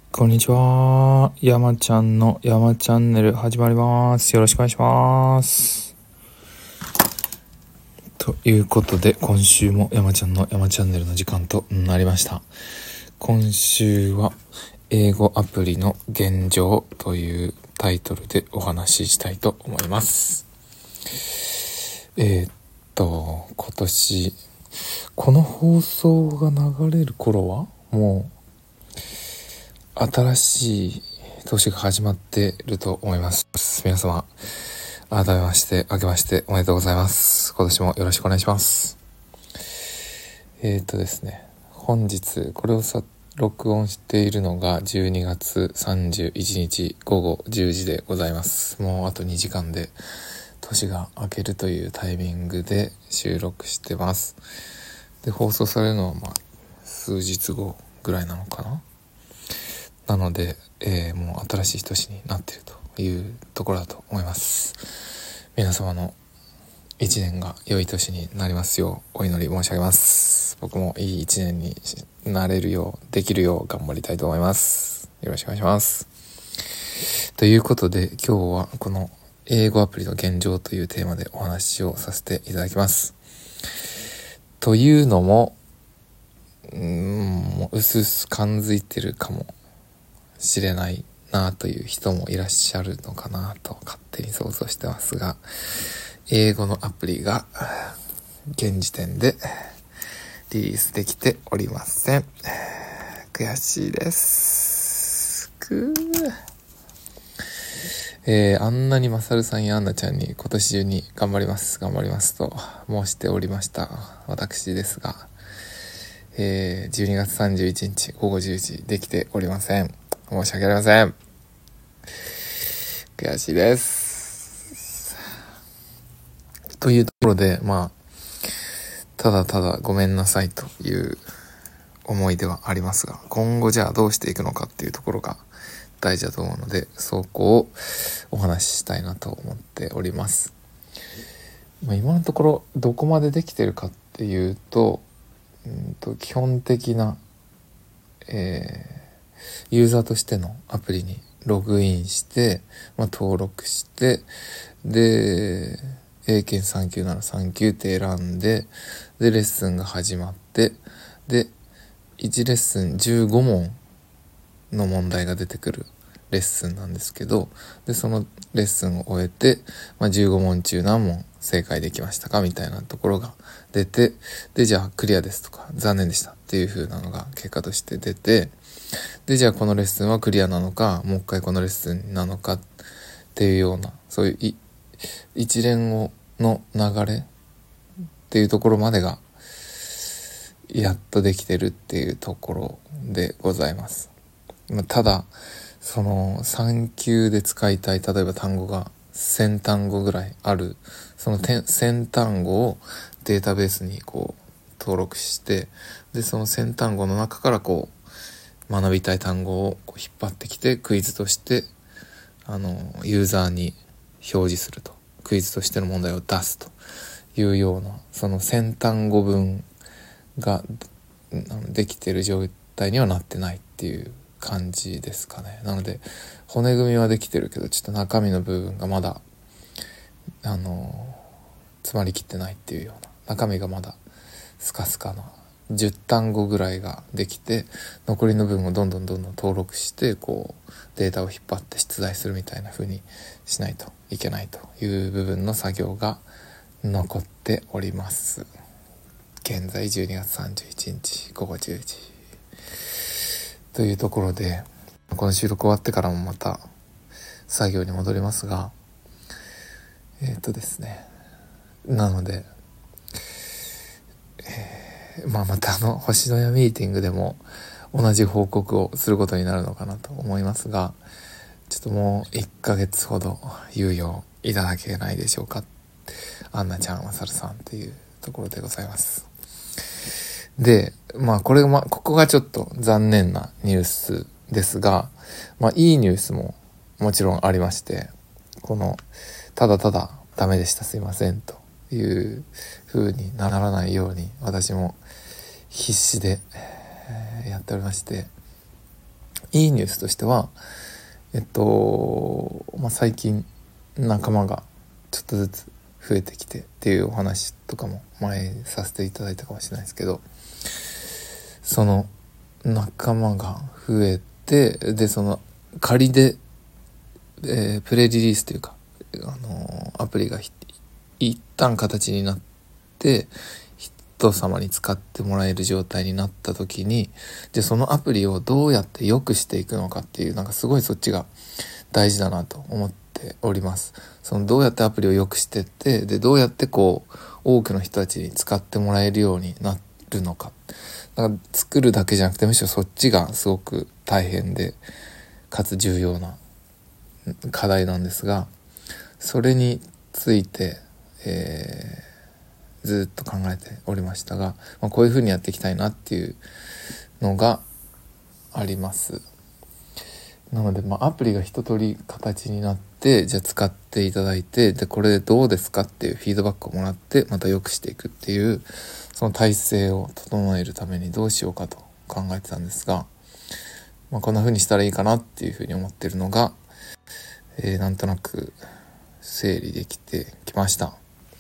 こんにちは。山ちゃんの山チャンネル始まります。よろしくお願いします。ということで、今週も山ちゃんの山チャンネルの時間となりました。今週は英語アプリの現状というタイトルでお話ししたいと思います。今年、この放送が流れる頃はもう新しい年が始まっていると思います。皆様、改めまして明けましておめでとうございます。今年もよろしくお願いします。ですね、本日これを録音しているのが12月31日午後10時でございます。もうあと2時間で年が明けるというタイミングで収録してます。で、放送されるのは数日後ぐらいなのかな。なので、もう新しい年になっているというところだと思います。皆様の一年が良い年になりますようお祈り申し上げます。僕もいい一年になれるようできるよう頑張りたいと思います。よろしくお願いします。ということで、今日はこの英語アプリの現状というテーマでお話をさせていただきます。というのももううすうす感づいてるかもしれないなという人もいらっしゃるのかなと勝手に想像してますが、英語のアプリが現時点でリリースできておりません。悔しいです。あんなにマサルさんやアンナちゃんに今年中に頑張りますと申しておりました私ですが、12月31日午後10時できておりません。申し訳ありません。悔しいです。というところで、ただただごめんなさいという思いではありますが、今後じゃあどうしていくのかっていうところが大事だと思うので、そこをお話ししたいなと思っております。今のところどこまでできてるかっていうと、基本的な、ユーザーとしてのアプリにログインして、登録して、で、英検3級なら3級って選んで、で、レッスンが始まって、で、1レッスン15問の問題が出てくるレッスンなんですけど、で、そのレッスンを終えて、15問中何問正解できましたかみたいなところが出て、で、じゃあクリアですとか残念でしたっていう風なのが結果として出て、で、じゃあこのレッスンはクリアなのか、もう一回このレッスンなのかっていうような、そういう一連の流れっていうところまでがやっとできてるっていうところでございます。ただその3級で使いたい、例えば単語が1000単語ぐらいある、その1000単語をデータベースに登録して、でその1000単語の中から学びたい単語を引っ張ってきてクイズとしてユーザーに表示すると、クイズとしての問題を出すというような、その1000単語分ができてる状態にはなってないっていう感じですかね。なので骨組みはできてるけど、ちょっと中身の部分がまだ詰まりきってないっていうような、中身がまだスカスカな10単語ぐらいができて、残りの部分をどんどん登録してデータを引っ張って出題するみたいな風にしないといけないという部分の作業が残っております。現在12月31日午後10時というところで、この収録終わってからもまた作業に戻りますが、ですね、なので、また星のやミーティングでも同じ報告をすることになるのかなと思いますが、ちょっともう1ヶ月ほど猶予いただけないでしょうか。アンナちゃん、マサルさんっていうところでございます。で、ここがちょっと残念なニュースですが、いいニュースももちろんありまして、ただただダメでした、すいませんという風にならないように私も必死でやっておりまして、 いいニュースとしては最近仲間がちょっとずつ増えてきてっていうお話とかも前させていただいたかもしれないですけど、その仲間が増えて、でその仮で、プレリリースというか、アプリが一旦形になって人様に使ってもらえる状態になった時に、じゃあそのアプリをどうやって良くしていくのかっていう、なんかすごいそっちが大事だなと思っております。そのどうやってアプリを良くしてって、でどうやってこう多くの人たちに使ってもらえるようになるのか。だから作るだけじゃなくて、むしろそっちがすごく大変でかつ重要な課題なんですが、それについて、ずっと考えておりましたが、こういう風にやっていきたいなっていうのがあります。なので、アプリが一通り形になって、じゃあ使っていただいて、でこれでどうですかっていうフィードバックをもらって、また良くしていくっていう、その体制を整えるためにどうしようかと考えてたんですが、こんな風にしたらいいかなっていう風に思ってるのが、なんとなく整理できてきました。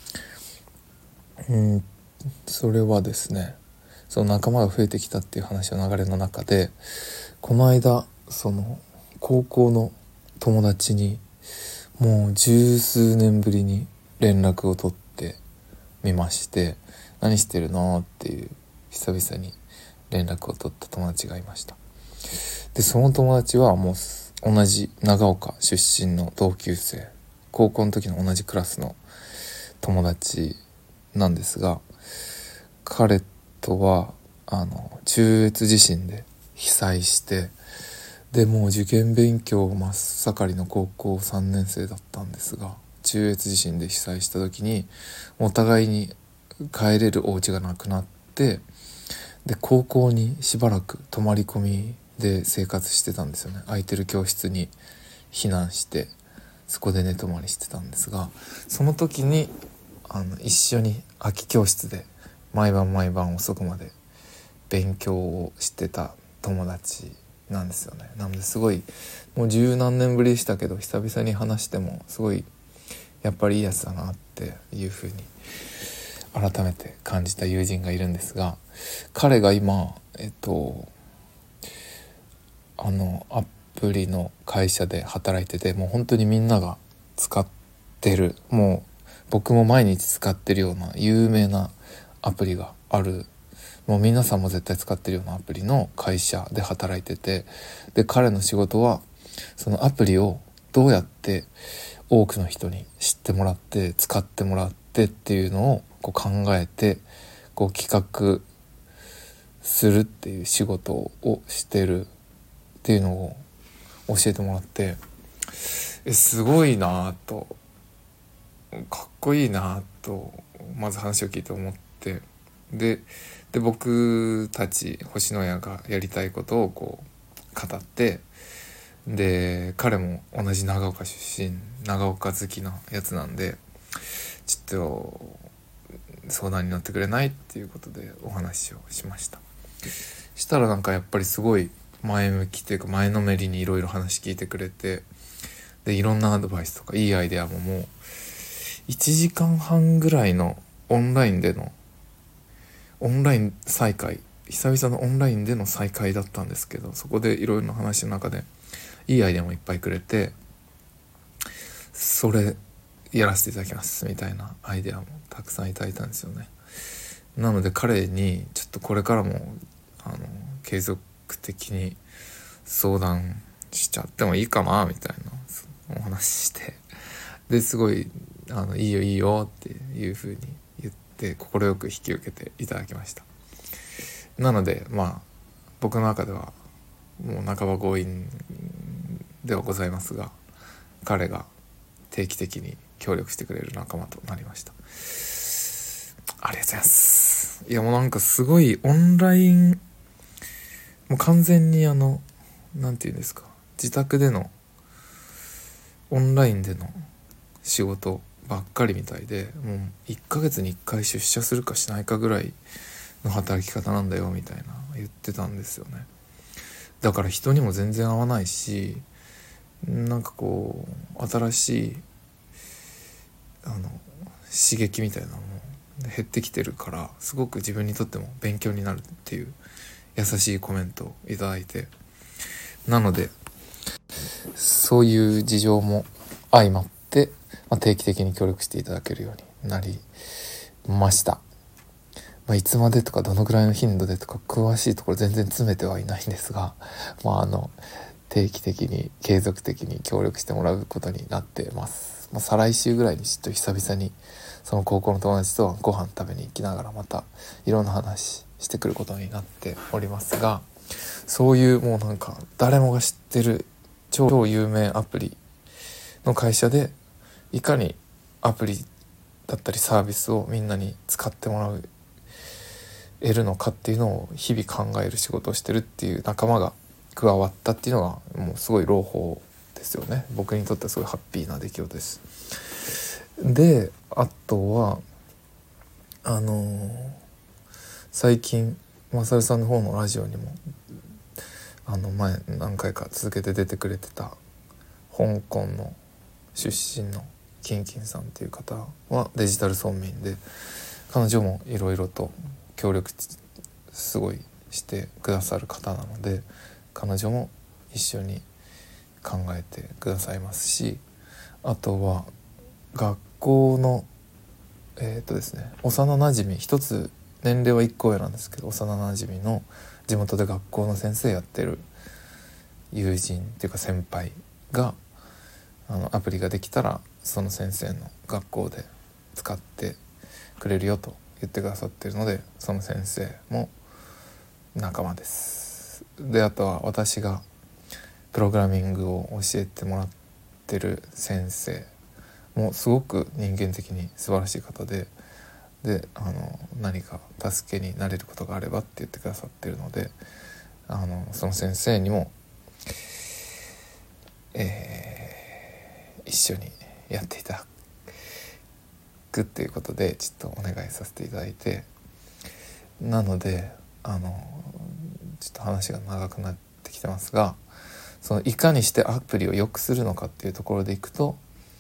それはですね、その仲間が増えてきたっていう話の流れの中で、この間その高校の友達にもう十数年ぶりに連絡を取ってみまして、何してるのっていう久々に連絡を取った友達がいました。でその友達はもう同じ長岡出身の同級生、高校の時の同じクラスの友達なんですが、彼とは中越地震で被災して、でもう受験勉強真っ盛りの高校3年生だったんですが、中越地震で被災した時にお互いに帰れるお家がなくなって、で高校にしばらく泊まり込みで生活してたんですよね。空いてる教室に避難してそこで寝泊まりしてたんですが、その時に一緒に空き教室で毎晩遅くまで勉強をしてた友達なんですよね。なのですごいもう十何年ぶりでしたけど、久々に話してもすごいやっぱりいいやつだなっていう風に改めて感じた友人がいるんですが、彼が今アプリの会社で働いてて、もう本当にみんなが使ってる、もう僕も毎日使ってるような有名なアプリがある、もう皆さんも絶対使ってるようなアプリの会社で働いてて、で彼の仕事はそのアプリをどうやって多くの人に知ってもらって使ってもらってっていうのをこう考えてこう企画するっていう仕事をしてるっていうのを教えてもらって、すごいなと、かっこいいなとまず話を聞いて思って、で僕たち星のやがやりたいことをこう語って、で彼も同じ長岡出身、長岡好きなやつなんで、ちょっと相談に乗ってくれないっていうことでお話をしました。したらなんかやっぱりすごい前向きというか前のめりにいろいろ話聞いてくれて、でいろんなアドバイスとかいいアイデアももう1時間半ぐらいのオンライン再会、久々のオンラインでの再会だったんですけど、そこでいろいろな話の中でいいアイデアもいっぱいくれて、それやらせていただきますみたいなアイデアもたくさんいただいたんですよね。なので彼にちょっとこれからも継続的に相談しちゃってもいいかなみたいなお話して、ですごいいいよいいよっていう風に言って快く引き受けていただきました。なので僕の中ではもう半ば強引ではございますが、彼が定期的に協力してくれる仲間となりました。ありがとうございます。いやもうなんかすごいオンライン、もう完全になんていうんですか、自宅でのオンラインでの仕事ばっかりみたいで、もう1ヶ月に1回出社するかしないかぐらいの働き方なんだよみたいな言ってたんですよね。 だから人にも全然合わないし、なんかこう新しい刺激みたいなのも減ってきてるから、すごく自分にとっても勉強になるっていう優しいコメントをいただいて、なのでそういう事情も相まって、定期的に協力していただけるようになりました。いつまでとかどのぐらいの頻度でとか詳しいところ全然詰めてはいないんですが、定期的に継続的に協力してもらうことになってます。再来週ぐらいにちょっと久々にその高校の友達とご飯食べに行きながらまたいろんな話してくることになっておりますが、そういうもうなんか誰もが知ってる超有名アプリの会社でいかにアプリだったりサービスをみんなに使ってもらえるのかっていうのを日々考える仕事をしてるっていう仲間が加わったっていうのがもうすごい朗報ですよね。僕にとってはすごいハッピーな出来事です。で、あとは最近マサルさんの方のラジオにも前何回か続けて出てくれてた香港の出身のキンキンさんっていう方はデジタル村民で、彼女もいろいろと協力すごいしてくださる方なので、彼女も一緒に考えてくださいますし、あとは学校のですね、幼なじみ、一つ年齢は1個上なんですけど、幼なじみの地元で学校の先生やってる友人っていうか先輩がアプリができたらその先生の学校で使ってくれるよと言ってくださっているので、その先生も仲間です。で、あとは私がプログラミングを教えてもらってる先生もすごく人間的に素晴らしい方で、何か助けになれることがあればって言ってくださっているので、その先生にも、一緒にやっていただくっていうことでちょっとお願いさせていただいて、なのでちょっと話が長くなってきてますが、そのいかにしてアプリを良くするのかっていうところでいくと、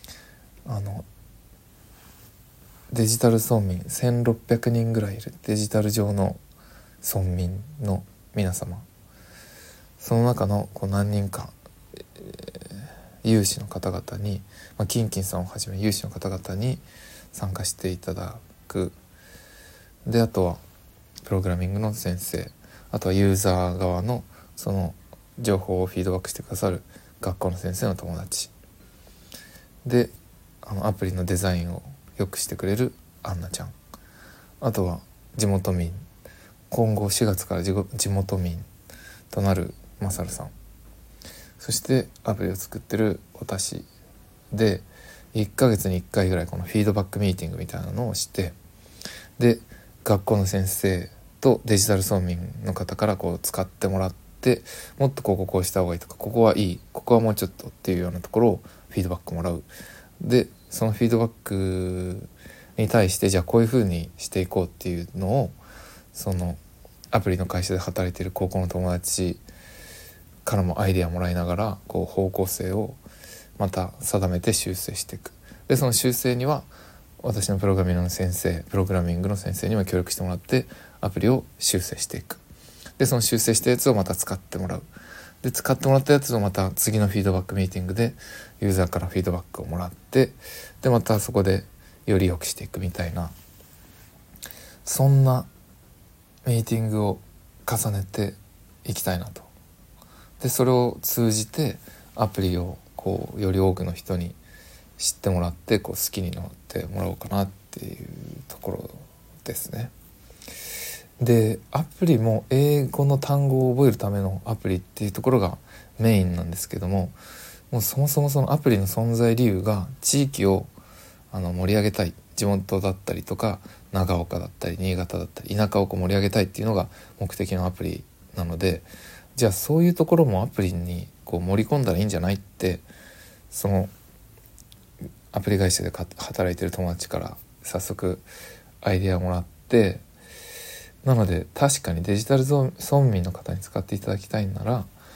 デジタル村民1600人ぐらいいるデジタル上の村民の皆様、その中の何人か、有志の方々に、キンキンさんをはじめ有志の方々に参加していただく。で、あとはプログラミングの先生、あとはユーザー側のその情報をフィードバックしてくださる学校の先生の友達で、アプリのデザインをよくしてくれるアンナちゃん、あとは地元民、今後4月から地元民となるマサルさん、そしてアプリを作ってる私で、1ヶ月に1回ぐらいこのフィードバックミーティングみたいなのをして、で学校の先生とデジタル村民の方から使ってもらって、もっとこうした方がいいとか、ここはいい、ここはもうちょっとっていうようなところをフィードバックもらう。でそのフィードバックに対して、じゃあこういう風にしていこうっていうのを、そのアプリの会社で働いている高校の友達からもアイデアもらいながら、方向性をまた定めて修正していく。でその修正には私のプログラミングの先生にも協力してもらってアプリを修正していく。でその修正したやつをまた使ってもらう。で使ってもらったやつをまた次のフィードバックミーティングでユーザーからフィードバックをもらって、でまたそこでより良くしていくみたいな、そんなミーティングを重ねていきたいなと。でそれを通じてアプリをより多くの人に知ってもらって好きになってもらおうかなっていうところですね。でアプリも英語の単語を覚えるためのアプリっていうところがメインなんですけども、もうそもそもそのアプリの存在理由が地域を盛り上げたい、地元だったりとか長岡だったり新潟だったり田舎を盛り上げたいっていうのが目的のアプリなので、じゃあそういうところもアプリに盛り込んだらいいんじゃないって、そのアプリ会社で働いてる友達から早速アイデアをもらって、なので確かにデジタル村民の方に使っていただきたいんなら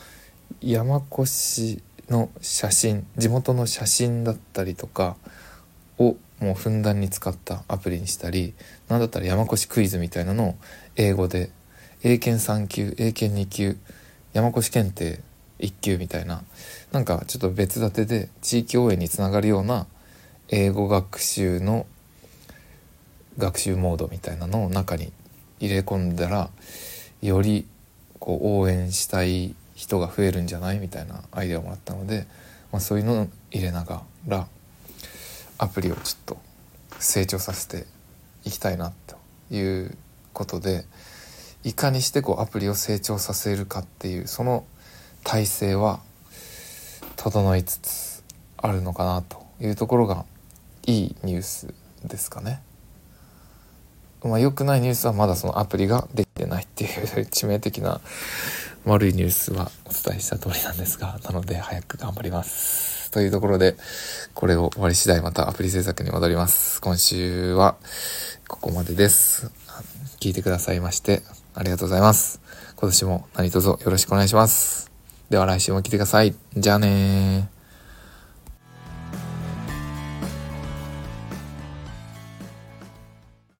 山古志の写真、地元の写真だったりとかをもうふんだんに使ったアプリにしたり、なんだったら山古志クイズみたいなのを英語で英検3級、英検2級、山古志検定1級みたいな、なんかちょっと別立てで地域応援につながるような英語学習の学習モードみたいなのを中に入れ込んだら、よりこう応援したい人が増えるんじゃないみたいなアイデアをもらったので、そういうのを入れながらアプリをちょっと成長させていきたいなということで、いかにしてこうアプリを成長させるかっていう、その体制は整いつつあるのかなというところがいいニュースですかね。良くないニュースはまだそのアプリができてないっていう致命的な悪いニュースはお伝えした通りなんですが、なので早く頑張りますというところで、これを終わり次第またアプリ制作に戻ります。今週はここまでです。聞いてくださいましてありがとうございます。今年も何卒よろしくお願いします。では来週も来てください。じゃあねー。